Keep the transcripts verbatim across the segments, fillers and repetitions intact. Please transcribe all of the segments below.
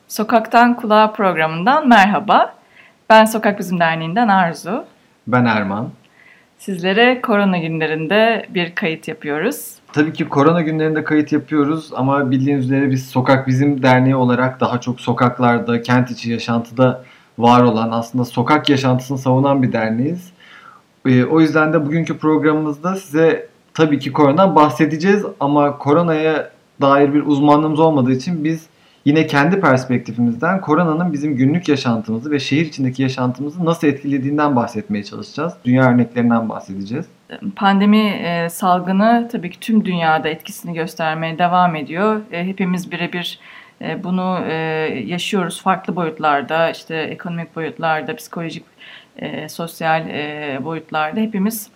Sokaktan Kulağa programından merhaba. Ben Sokak Bizim Derneği'nden Arzu. Ben Erman. Sizlere korona günlerinde bir kayıt yapıyoruz. Tabii ki korona günlerinde kayıt yapıyoruz ama bildiğiniz üzere biz Sokak Bizim Derneği olarak daha çok sokaklarda, kent içi yaşantıda var olan, aslında sokak yaşantısını savunan bir derneğiz. Ee, o yüzden de bugünkü programımızda size tabii ki koronadan bahsedeceğiz ama koronaya dair bir uzmanlığımız olmadığı için biz yine kendi perspektifimizden koronanın bizim günlük yaşantımızı ve şehir içindeki yaşantımızı nasıl etkilediğinden bahsetmeye çalışacağız. Dünya örneklerinden bahsedeceğiz. Pandemi e, salgını tabii ki tüm dünyada etkisini göstermeye devam ediyor. E, hepimiz birebir e, bunu e, yaşıyoruz farklı boyutlarda, işte ekonomik boyutlarda, psikolojik, e, sosyal e, boyutlarda hepimiz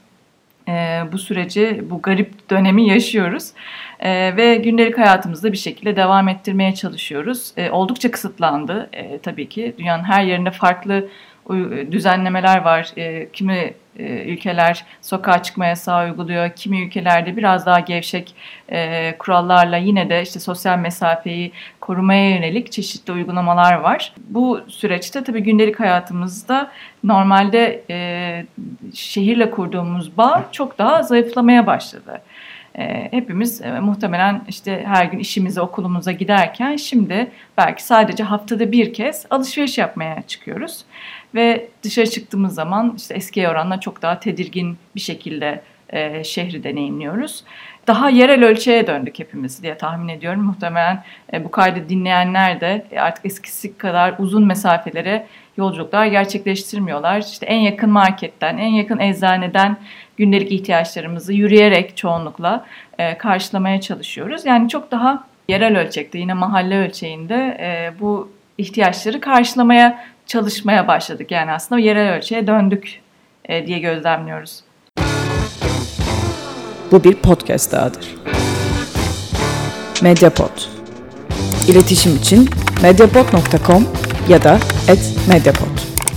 e, bu süreci, bu garip dönemi yaşıyoruz. E, ve gündelik hayatımızda bir şekilde devam ettirmeye çalışıyoruz. E, oldukça kısıtlandı e, tabii ki. Dünyanın her yerinde farklı düzenlemeler var. E, kimi e, ülkeler sokağa çıkma yasağı uyguluyor. Kimi ülkelerde biraz daha gevşek e, kurallarla yine de işte sosyal mesafeyi korumaya yönelik çeşitli uygulamalar var. Bu süreçte tabii gündelik hayatımızda normalde e, şehirle kurduğumuz bağ çok daha zayıflamaya başladı. E, hepimiz e, muhtemelen işte her gün işimize, okulumuza giderken şimdi belki sadece haftada bir kez alışveriş yapmaya çıkıyoruz. Ve dışarı çıktığımız zaman işte eskiye oranla çok daha tedirgin bir şekilde e, şehri deneyimliyoruz. Daha yerel ölçeğe döndük hepimiz diye tahmin ediyorum. Muhtemelen e, bu kaydı dinleyenler de artık eskisi kadar uzun mesafelere yolculuklar gerçekleştirmiyorlar. İşte en yakın marketten, en yakın eczaneden gündelik ihtiyaçlarımızı yürüyerek çoğunlukla e, karşılamaya çalışıyoruz. Yani çok daha yerel ölçekte, yine mahalle ölçeğinde e, bu ihtiyaçları karşılamaya çalışmaya başladık. Yani aslında yerel ölçeğe döndük e, diye gözlemliyoruz. Bu bir podcast dahadır. Mediapod. İletişim için mediapod nokta com ya da et mediapod.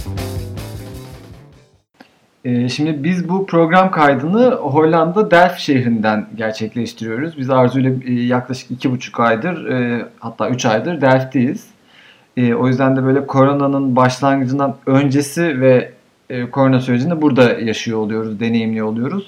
Ee, şimdi biz bu program kaydını Hollanda Delft şehrinden gerçekleştiriyoruz. Biz Arzu ile yaklaşık iki buçuk aydır, e, hatta üç aydır Delft'teyiz. E, o yüzden de böyle koronanın başlangıcından öncesi ve e, korona sürecinde burada yaşıyor oluyoruz, deneyimliyor oluyoruz.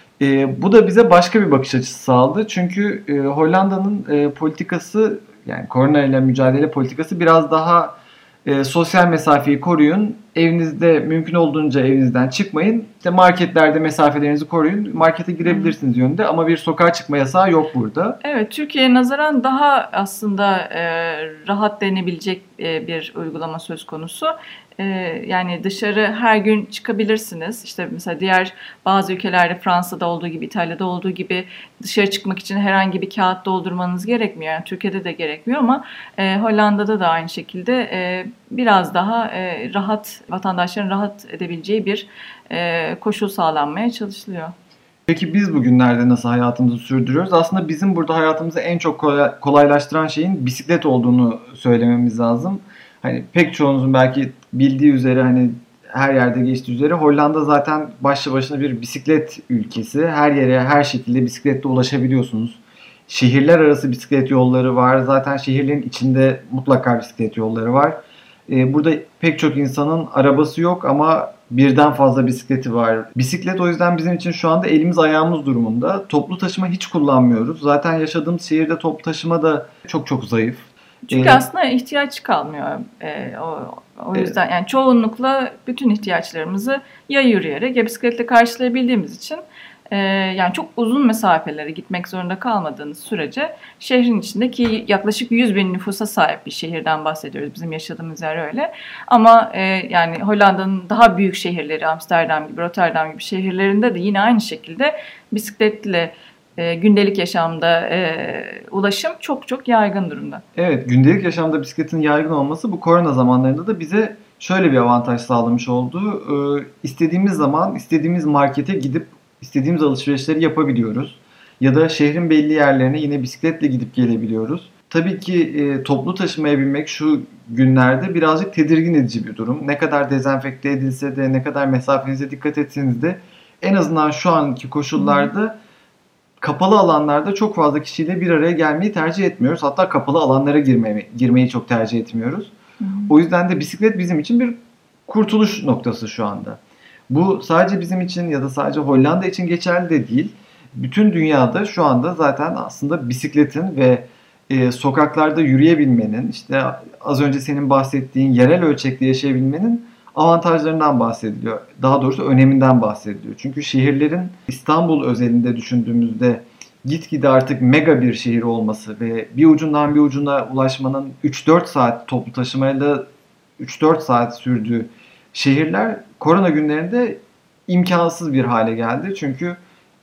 E, bu da bize başka bir bakış açısı sağladı. Çünkü e, Hollanda'nın e, politikası, yani korona ile mücadele politikası biraz daha e, sosyal mesafeyi koruyun, evinizde mümkün olduğunca evinizden çıkmayın, işte marketlerde mesafelerinizi koruyun, markete girebilirsiniz yönünde ama bir sokağa çıkma yasağı yok burada. Evet, Türkiye'ye nazaran daha aslında e, rahat denebilecek e, bir uygulama söz konusu. E, yani dışarı her gün çıkabilirsiniz. İşte mesela diğer bazı ülkelerde, Fransa'da olduğu gibi, İtalya'da olduğu gibi dışarı çıkmak için herhangi bir kağıt doldurmanız gerekmiyor. Yani Türkiye'de de gerekmiyor ama e, Hollanda'da da aynı şekilde e, biraz daha e, rahat, vatandaşların rahat edebileceği bir e, koşul sağlanmaya çalışılıyor. Peki biz bugünlerde nasıl hayatımızı sürdürüyoruz? Aslında bizim burada hayatımızı en çok kolaylaştıran şeyin bisiklet olduğunu söylememiz lazım. Hani pek çoğunuzun belki bildiği üzere, hani her yerde geçtiği üzere Hollanda zaten başlı başına bir bisiklet ülkesi. Her yere her şekilde bisikletle ulaşabiliyorsunuz. Şehirler arası bisiklet yolları var. Zaten şehirlerin içinde mutlaka bisiklet yolları var. Burada pek çok insanın arabası yok ama birden fazla bisikleti var. Bisiklet o yüzden bizim için şu anda elimiz ayağımız durumunda. Toplu taşıma hiç kullanmıyoruz. Zaten yaşadığımız şehirde toplu taşıma da çok çok zayıf. Çünkü ee, aslında ihtiyaç kalmıyor. Ee, o, o yüzden yani çoğunlukla bütün ihtiyaçlarımızı ya yürüyerek ya bisikletle karşılayabildiğimiz için e, yani çok uzun mesafelere gitmek zorunda kalmadığınız sürece şehrin içindeki yaklaşık yüz bin nüfusa sahip bir şehirden bahsediyoruz. Bizim yaşadığımız yer öyle. Ama e, yani Hollanda'nın daha büyük şehirleri, Amsterdam gibi, Rotterdam gibi şehirlerinde de yine aynı şekilde bisikletle E, gündelik yaşamda e, ulaşım çok çok yaygın durumda. Evet, gündelik yaşamda bisikletin yaygın olması bu korona zamanlarında da bize şöyle bir avantaj sağlamış oldu. E, istediğimiz zaman istediğimiz markete gidip istediğimiz alışverişleri yapabiliyoruz. Ya da şehrin belli yerlerine yine bisikletle gidip gelebiliyoruz. Tabii ki e, toplu taşımaya binmek şu günlerde birazcık tedirgin edici bir durum. Ne kadar dezenfekte edilse de, ne kadar mesafenize dikkat etseniz de en azından şu anki koşullarda kapalı alanlarda çok fazla kişiyle bir araya gelmeyi tercih etmiyoruz. Hatta kapalı alanlara girmeyi, girmeyi çok tercih etmiyoruz. Hı hı. O yüzden de bisiklet bizim için bir kurtuluş noktası şu anda. Bu sadece bizim için ya da sadece Hollanda için geçerli de değil. Bütün dünyada şu anda zaten aslında bisikletin ve e, sokaklarda yürüyebilmenin, işte az önce senin bahsettiğin yerel ölçekte yaşayabilmenin avantajlarından bahsediliyor. Daha doğrusu öneminden bahsediliyor. Çünkü şehirlerin İstanbul özelinde düşündüğümüzde gitgide artık mega bir şehir olması ve bir ucundan bir ucuna ulaşmanın üç dört saat toplu taşımayla üç dört saat sürdüğü şehirler korona günlerinde imkansız bir hale geldi. Çünkü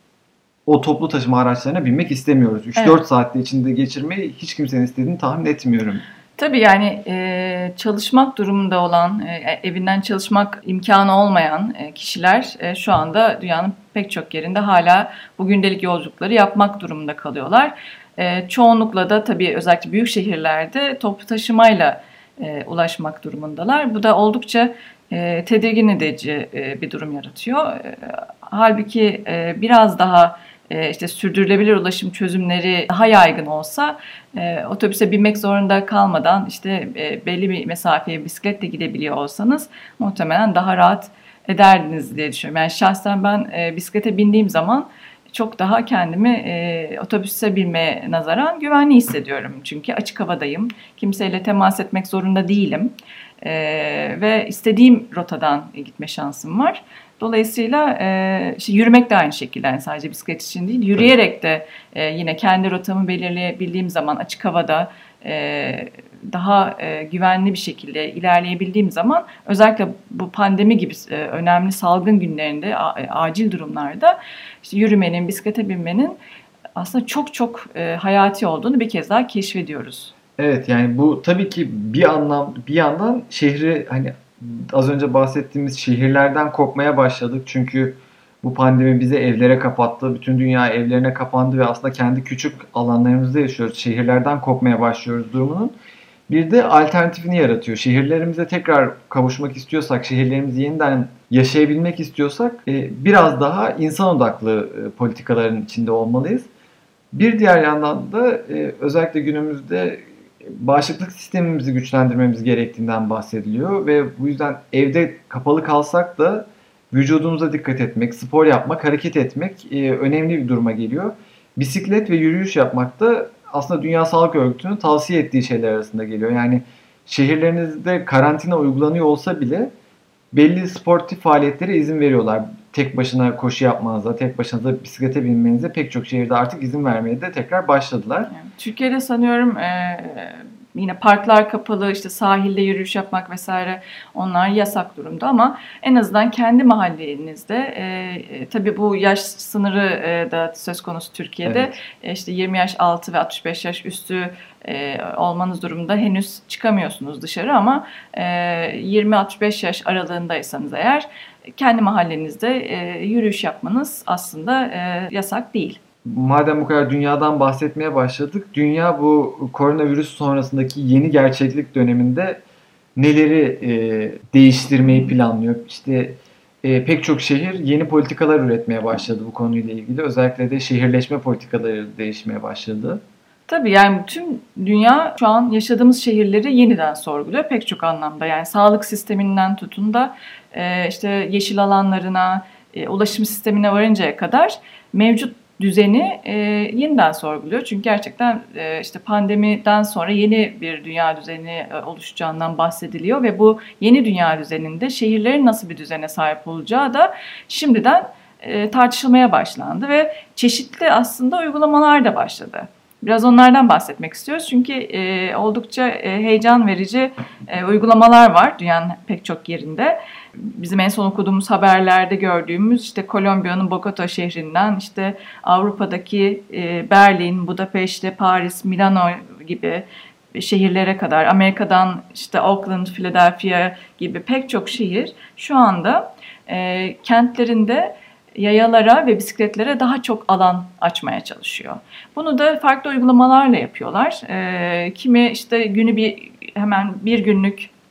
o toplu taşıma araçlarına binmek istemiyoruz. üç dört evet. saatte içinde geçirmeyi hiç kimsenin istediğini tahmin etmiyorum. Tabii yani e, çalışmak durumunda olan, e, evinden çalışmak imkanı olmayan e, kişiler e, şu anda dünyanın pek çok yerinde hala bu gündelik yolculukları yapmak durumunda kalıyorlar. E, çoğunlukla da tabii özellikle büyük şehirlerde toplu taşımayla e, ulaşmak durumundalar. Bu da oldukça e, tedirgin edici e, bir durum yaratıyor. E, halbuki e, biraz daha işte sürdürülebilir ulaşım çözümleri daha yaygın olsa e, otobüse binmek zorunda kalmadan işte e, belli bir mesafeye bisikletle gidebiliyor olsanız muhtemelen daha rahat ederdiniz diye düşünüyorum. Yani şahsen ben e, bisiklete bindiğim zaman çok daha kendimi e, otobüse binmeye nazaran güvenli hissediyorum. Çünkü açık havadayım, kimseyle temas etmek zorunda değilim e, ve istediğim rotadan gitme şansım var. Dolayısıyla e, işte yürümek de aynı şekilde, yani sadece bisiklet için değil, yürüyerek de e, yine kendi rotamı belirleyebildiğim zaman açık havada e, daha e, güvenli bir şekilde ilerleyebildiğim zaman, özellikle bu pandemi gibi e, önemli salgın günlerinde, a, acil durumlarda işte yürümenin, bisiklete binmenin aslında çok çok e, hayati olduğunu bir kez daha keşfediyoruz. Evet, yani bu tabii ki bir anlam bir yandan şehri, hani az önce bahsettiğimiz şehirlerden kopmaya başladık. Çünkü bu pandemi bizi evlere kapattı. Bütün dünya evlerine kapandı ve aslında kendi küçük alanlarımızda yaşıyoruz. Şehirlerden kopmaya başlıyoruz durumunun. Bir de alternatifini yaratıyor. Şehirlerimize tekrar kavuşmak istiyorsak, şehirlerimizi yeniden yaşayabilmek istiyorsak biraz daha insan odaklı politikaların içinde olmalıyız. Bir diğer yandan da özellikle günümüzde bağışıklık sistemimizi güçlendirmemiz gerektiğinden bahsediliyor ve bu yüzden evde kapalı kalsak da vücudumuza dikkat etmek, spor yapmak, hareket etmek e, önemli bir duruma geliyor. Bisiklet ve yürüyüş yapmak da aslında Dünya Sağlık Örgütü'nün tavsiye ettiği şeyler arasında geliyor. Yani şehirlerinizde karantina uygulanıyor olsa bile belli sportif faaliyetlere izin veriyorlar. Tek başına koşu yapmanıza, tek başına bisiklete binmenize pek çok şehirde artık izin vermeye de tekrar başladılar. Yani, Türkiye'de sanıyorum e, yine parklar kapalı, işte sahilde yürüyüş yapmak vesaire, onlar yasak durumda ama en azından kendi mahallenizde e, e, tabii bu yaş sınırı e, da söz konusu Türkiye'de. Evet. E, işte yirmi yaş altı ve altmış beş yaş üstü e, olmanız durumunda henüz çıkamıyorsunuz dışarı ama e, yirmi altmış beş yaş aralığındaysanız eğer kendi mahallenizde e, yürüyüş yapmanız aslında e, yasak değil. Madem bu kadar dünyadan bahsetmeye başladık, dünya bu koronavirüs sonrasındaki yeni gerçeklik döneminde neleri e, değiştirmeyi planlıyor? İşte e, pek çok şehir yeni politikalar üretmeye başladı bu konuyla ilgili. Özellikle de şehirleşme politikaları değişmeye başladı. Tabii yani tüm dünya şu an yaşadığımız şehirleri yeniden sorguluyor pek çok anlamda. Yani sağlık sisteminden tutun da e, işte yeşil alanlarına, e, ulaşım sistemine varıncaya kadar mevcut düzeni e, yeniden sorguluyor. Çünkü gerçekten e, işte pandemiden sonra yeni bir dünya düzeni e, oluşacağından bahsediliyor ve bu yeni dünya düzeninde şehirlerin nasıl bir düzene sahip olacağı da şimdiden e, tartışılmaya başlandı ve çeşitli aslında uygulamalar da başladı. Biraz onlardan bahsetmek istiyoruz çünkü e, oldukça e, heyecan verici e, uygulamalar var dünyanın pek çok yerinde. Bizim en son okuduğumuz haberlerde gördüğümüz işte Kolombiya'nın Bogota şehrinden işte Avrupa'daki e, Berlin, Budapeşte, Paris, Milano gibi şehirlere kadar, Amerika'dan işte Oakland, Philadelphia gibi pek çok şehir şu anda e, kentlerinde yayalara ve bisikletlere daha çok alan açmaya çalışıyor. Bunu da farklı uygulamalarla yapıyorlar. E, kimi işte günü bir hemen bir günlük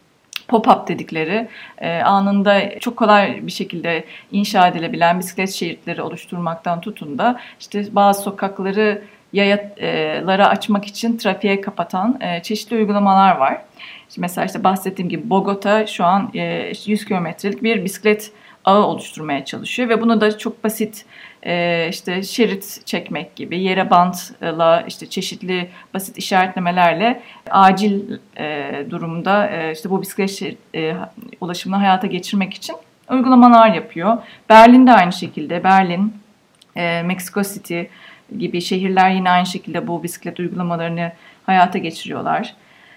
pop-up dedikleri e, anında çok kolay bir şekilde inşa edilebilen bisiklet şeritleri oluşturmaktan tutun da işte bazı sokakları yayalara açmak için trafiğe kapatan e, çeşitli uygulamalar var. İşte mesela işte bahsettiğim gibi Bogota şu an e, yüz kilometrelik bir bisiklet ağı oluşturmaya çalışıyor ve bunu da çok basit e, işte şerit çekmek gibi yere bantla işte çeşitli basit işaretlemelerle acil e, durumda e, işte bu bisiklet şerit, e, ulaşımını hayata geçirmek için uygulamalar yapıyor. Berlin de aynı şekilde. Berlin, e, Mexico City gibi şehirler yine aynı şekilde bu bisiklet uygulamalarını hayata geçiriyorlar.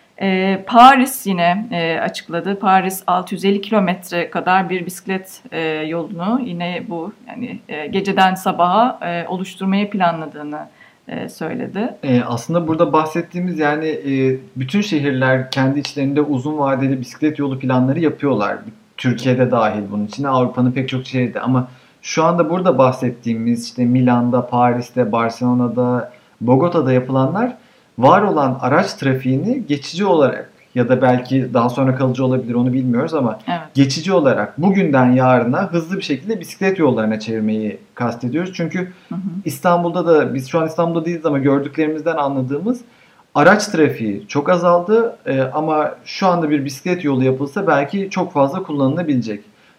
Ee, Paris yine e, açıkladı. Paris altı yüz elli kilometre kadar bir bisiklet e, yolunu yine bu yani e, geceden sabaha e, oluşturmayı planladığını e, söyledi. E, aslında burada bahsettiğimiz yani e, bütün şehirler kendi içlerinde uzun vadeli bisiklet yolu planları yapıyorlar. Türkiye'de dahil bunun içine, Avrupa'nın pek çok şehirde, ama şu anda burada bahsettiğimiz işte Milan'da, Paris'te, Barcelona'da, Bogota'da yapılanlar var olan araç trafiğini geçici olarak ya da belki daha sonra kalıcı olabilir, onu bilmiyoruz, ama evet. geçici olarak bugünden yarına hızlı bir şekilde bisiklet yollarına çevirmeyi kastediyoruz. Çünkü hı hı. İstanbul'da da, biz şu an İstanbul'da değiliz ama gördüklerimizden anladığımız araç trafiği çok azaldı ee, ama şu anda bir bisiklet yolu yapılsa belki çok fazla kullanılabilecek.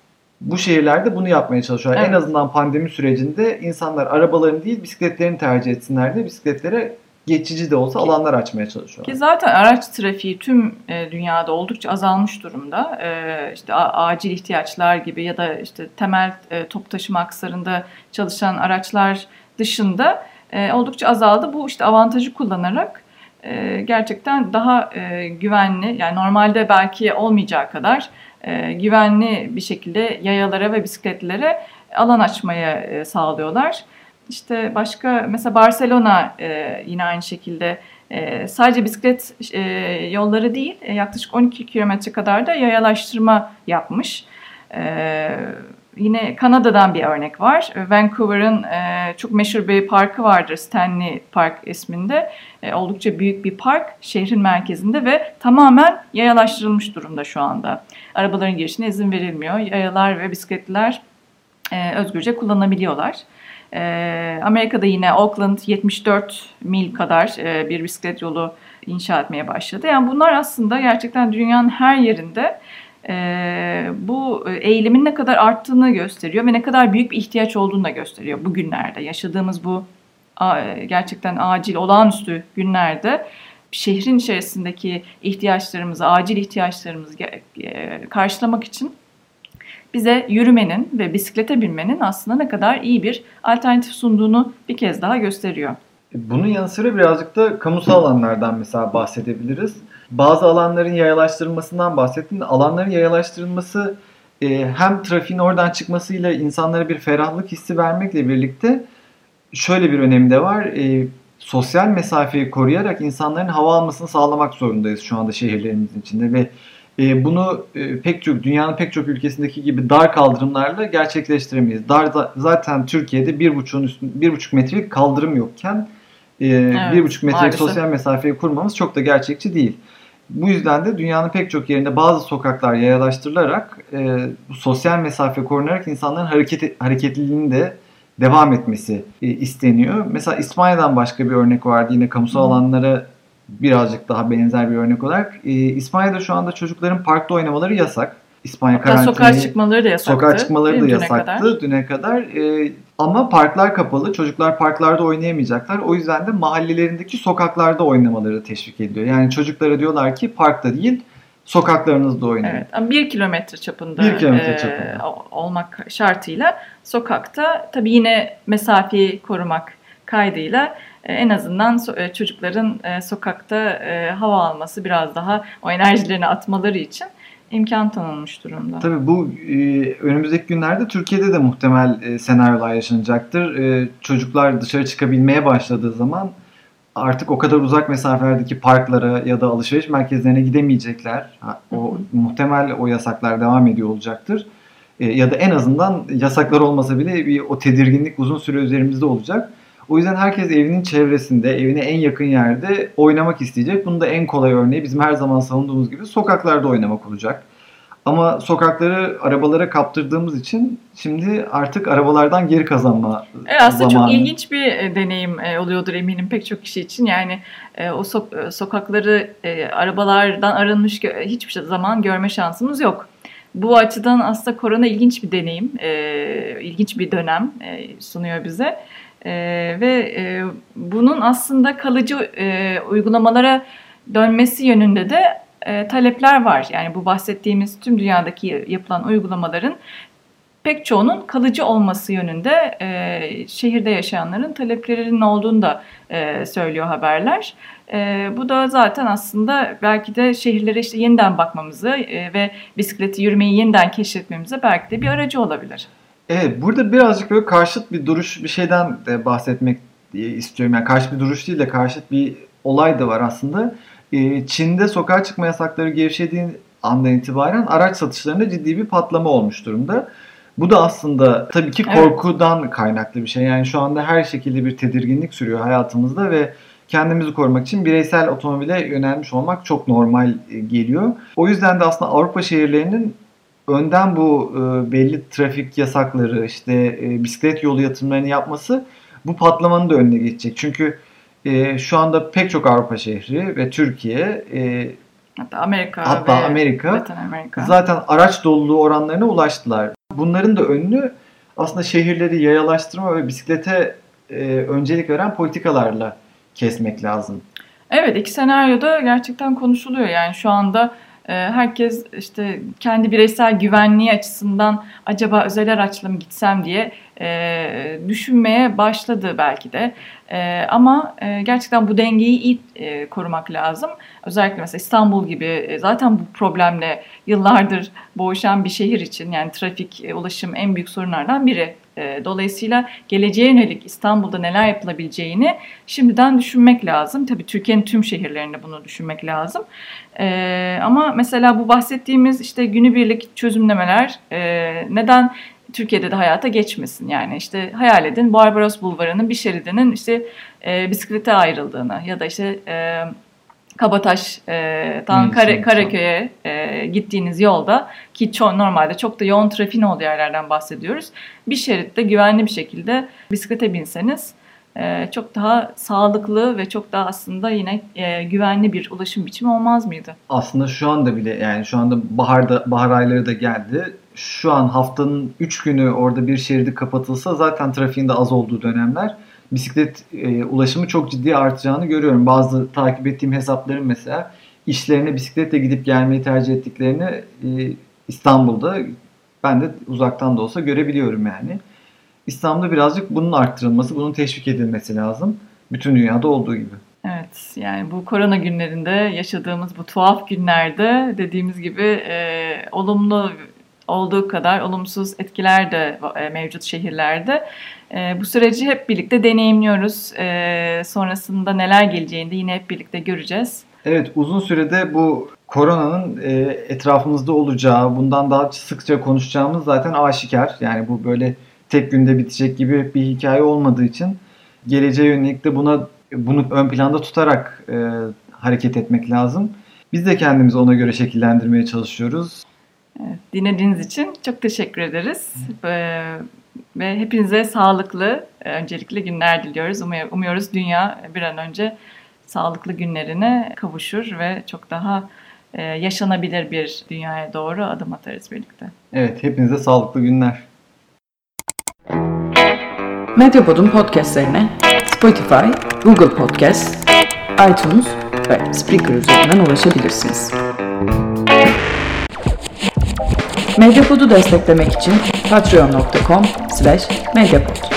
Bu şehirlerde bunu yapmaya çalışıyorlar. Evet. En azından pandemi sürecinde insanlar arabalarını değil bisikletlerini tercih etsinler diye bisikletlere geçici de olsa alanlar açmaya çalışıyorlar. Ki zaten araç trafiği tüm e, dünyada oldukça azalmış durumda. E, işte a, acil ihtiyaçlar gibi ya da işte temel e, toplu taşıma akslarında çalışan araçlar dışında e, oldukça azaldı. Bu işte avantajı kullanarak e, gerçekten daha e, güvenli, yani normalde belki olmayacağı kadar e, güvenli bir şekilde yayalara ve bisikletlere alan açmaya e, sağlıyorlar. İşte başka mesela Barcelona e, yine aynı şekilde e, sadece bisiklet e, yolları değil e, yaklaşık on iki kilometre kadar da yayalaştırma yapmış. E, yine Kanada'dan bir örnek var. Vancouver'ın e, çok meşhur bir parkı vardır, Stanley Park isminde. E, oldukça büyük bir park şehrin merkezinde ve tamamen yayalaştırılmış durumda şu anda. Arabaların girişine izin verilmiyor. Yayalar ve bisikletliler e, özgürce kullanabiliyorlar. Amerika'da yine Oakland yetmiş dört mil kadar bir bisiklet yolu inşa etmeye başladı. Yani bunlar aslında gerçekten dünyanın her yerinde bu eğilimin ne kadar arttığını gösteriyor ve ne kadar büyük bir ihtiyaç olduğunu da gösteriyor bugünlerde. Yaşadığımız bu gerçekten acil, olağanüstü günlerde şehrin içerisindeki ihtiyaçlarımızı, acil ihtiyaçlarımızı karşılamak için bize yürümenin ve bisiklete binmenin aslında ne kadar iyi bir alternatif sunduğunu bir kez daha gösteriyor. Bunun yanı sıra birazcık da kamusal alanlardan mesela bahsedebiliriz. Bazı alanların yayalaştırılmasından bahsettim. Alanların yayalaştırılması hem trafiğin oradan çıkmasıyla insanlara bir ferahlık hissi vermekle birlikte şöyle bir önemi de var. Sosyal mesafeyi koruyarak insanların hava almasını sağlamak zorundayız şu anda şehirlerimizin içinde ve E, bunu e, pek çok dünyanın pek çok ülkesindeki gibi dar kaldırımlarla gerçekleştiremeyiz. Dar zaten Türkiye'de bir buçuğun üstünde bir buçuk metrelik kaldırım yokken e, evet, bir buçuk metrelik maalesef sosyal mesafeyi kurmamız çok da gerçekçi değil. Bu yüzden de dünyanın pek çok yerinde bazı sokaklar yayalaştırılarak e, bu sosyal mesafe korunarak insanların hareket hareketliliğinin de devam etmesi e, isteniyor. Mesela İspanya'dan başka bir örnek vardı yine kamusal hmm. alanlara birazcık daha benzer bir örnek olarak. Ee, İspanya'da şu anda çocukların parkta oynamaları yasak. İspanya karantinayı, sokağa çıkmaları da yasaktı. Sokağa çıkmaları da yasaktı kadar. düne kadar. Ee, ama parklar kapalı. Çocuklar parklarda oynayamayacaklar. O yüzden de mahallelerindeki sokaklarda oynamaları teşvik ediliyor. Yani çocuklara diyorlar ki parkta değil, sokaklarınızda oynayın. Evet, ama bir kilometre çapında, bir kilometre çapında. E, olmak şartıyla sokakta tabii yine mesafeyi korumak kaydıyla en azından çocukların sokakta hava alması, biraz daha o enerjilerini atmaları için imkan tanınmış durumda. Tabii bu önümüzdeki günlerde Türkiye'de de muhtemel senaryolar yaşanacaktır. Çocuklar dışarı çıkabilmeye başladığı zaman artık o kadar uzak mesafelerdeki parklara ya da alışveriş merkezlerine gidemeyecekler. O hı hı. muhtemel o yasaklar devam ediyor olacaktır. Ya da en azından yasaklar olmasa bile bir o tedirginlik uzun süre üzerimizde olacak. O yüzden herkes evinin çevresinde, evine en yakın yerde oynamak isteyecek. Bunun da en kolay örneği bizim her zaman savunduğumuz gibi sokaklarda oynamak olacak. Ama sokakları arabalara kaptırdığımız için şimdi artık arabalardan geri kazanma evet, aslında zamanı. Çok ilginç bir deneyim oluyordur eminim pek çok kişi için. Yani o so- sokakları arabalardan arınmış hiçbir zaman görme şansımız yok. Bu açıdan aslında korona ilginç bir deneyim, ilginç bir dönem sunuyor bize. Ve bunun aslında kalıcı uygulamalara dönmesi yönünde de E, talepler var. Yani bu bahsettiğimiz tüm dünyadaki yapılan uygulamaların pek çoğunun kalıcı olması yönünde e, şehirde yaşayanların taleplerinin olduğunu da e, söylüyor haberler. E, bu da zaten aslında belki de şehirlere işte yeniden bakmamızı e, ve bisikleti, yürümeyi yeniden keşfetmemize belki de bir aracı olabilir. Evet, burada birazcık böyle karşıt bir duruş, bir şeyden de bahsetmek istiyorum. Yani karşıt bir duruş değil de karşıt bir olay da var aslında. Çin'de sokağa çıkma yasakları gevşediği andan itibaren araç satışlarında ciddi bir patlama olmuş durumda. Bu da aslında tabii ki korkudan evet. kaynaklı bir şey. Yani şu anda her şekilde bir tedirginlik sürüyor hayatımızda ve kendimizi korumak için bireysel otomobile yönelmiş olmak çok normal geliyor. O yüzden de aslında Avrupa şehirlerinin önden bu belli trafik yasakları, işte bisiklet yolu yatırımlarını yapması bu patlamanın da önüne geçecek. Çünkü E, şu anda pek çok Avrupa şehri ve Türkiye e, hatta Amerika hatta ve Amerika, Amerika zaten araç doluluğu oranlarına ulaştılar. Bunların da önünü aslında şehirleri yayalaştırma ve bisiklete e, öncelik veren politikalarla kesmek lazım. Evet, iki senaryoda gerçekten konuşuluyor. Yani şu anda e, herkes işte kendi bireysel güvenliği açısından acaba özel araçla mı gitsem diye e, düşünmeye başladı belki de. E, ama e, gerçekten bu dengeyi iyi e, korumak lazım. Özellikle mesela İstanbul gibi e, zaten bu problemle yıllardır boğuşan bir şehir için, yani trafik, e, ulaşım en büyük sorunlardan biri. E, dolayısıyla geleceğe yönelik İstanbul'da neler yapılabileceğini şimdiden düşünmek lazım. Tabii Türkiye'nin tüm şehirlerinde bunu düşünmek lazım. E, ama mesela bu bahsettiğimiz işte günübirlik çözümlemeler e, neden Türkiye'de de hayata geçmesin? Yani işte hayal edin, Barbaros Bulvarı'nın bir şeridinin işte e, bisiklete ayrıldığını ya da işte e, Kabataş'tan Kare, Karaköy'e e, gittiğiniz yolda, ki çok, normalde çok da yoğun trafiğin olduğu yerlerden bahsediyoruz, bir şeritte güvenli bir şekilde bisiklete binseniz e, çok daha sağlıklı ve çok daha aslında yine e, güvenli bir ulaşım biçimi olmaz mıydı? Aslında şu anda bile, yani şu anda baharda bahar ayları da geldi. Şu an haftanın üç günü orada bir şeridi kapatılsa zaten trafiğin de az olduğu dönemler, bisiklet e, ulaşımı çok ciddi artacağını görüyorum. Bazı takip ettiğim hesapların mesela işlerine bisikletle gidip gelmeyi tercih ettiklerini e, İstanbul'da ben de uzaktan da olsa görebiliyorum yani. İstanbul'da birazcık bunun arttırılması, bunun teşvik edilmesi lazım. Bütün dünyada olduğu gibi. Evet, yani bu korona günlerinde yaşadığımız bu tuhaf günlerde dediğimiz gibi e, olumlu olduğu kadar olumsuz etkiler de e, mevcut şehirlerde. E, bu süreci hep birlikte deneyimliyoruz. E, sonrasında neler geleceğini de yine hep birlikte göreceğiz. Evet, uzun sürede bu koronanın e, etrafımızda olacağı, bundan daha sıkça konuşacağımız zaten aşikar. Yani bu böyle tek günde bitecek gibi bir hikaye olmadığı için geleceğe yönelik de buna bunu ön planda tutarak e, hareket etmek lazım. Biz de kendimizi ona göre şekillendirmeye çalışıyoruz. Evet, dinlediğiniz için çok teşekkür ederiz. Ee, ve hepinize sağlıklı, öncelikle günler diliyoruz. Umuyor, umuyoruz dünya bir an önce sağlıklı günlerine kavuşur ve çok daha e, yaşanabilir bir dünyaya doğru adım atarız birlikte. Evet, hepinize sağlıklı günler. Medyapod'un podcastlerine Spotify, Google Podcast, iTunes ve Spreaker üzerinden ulaşabilirsiniz. Medyapod'u desteklemek için patreon nokta com slash medyapod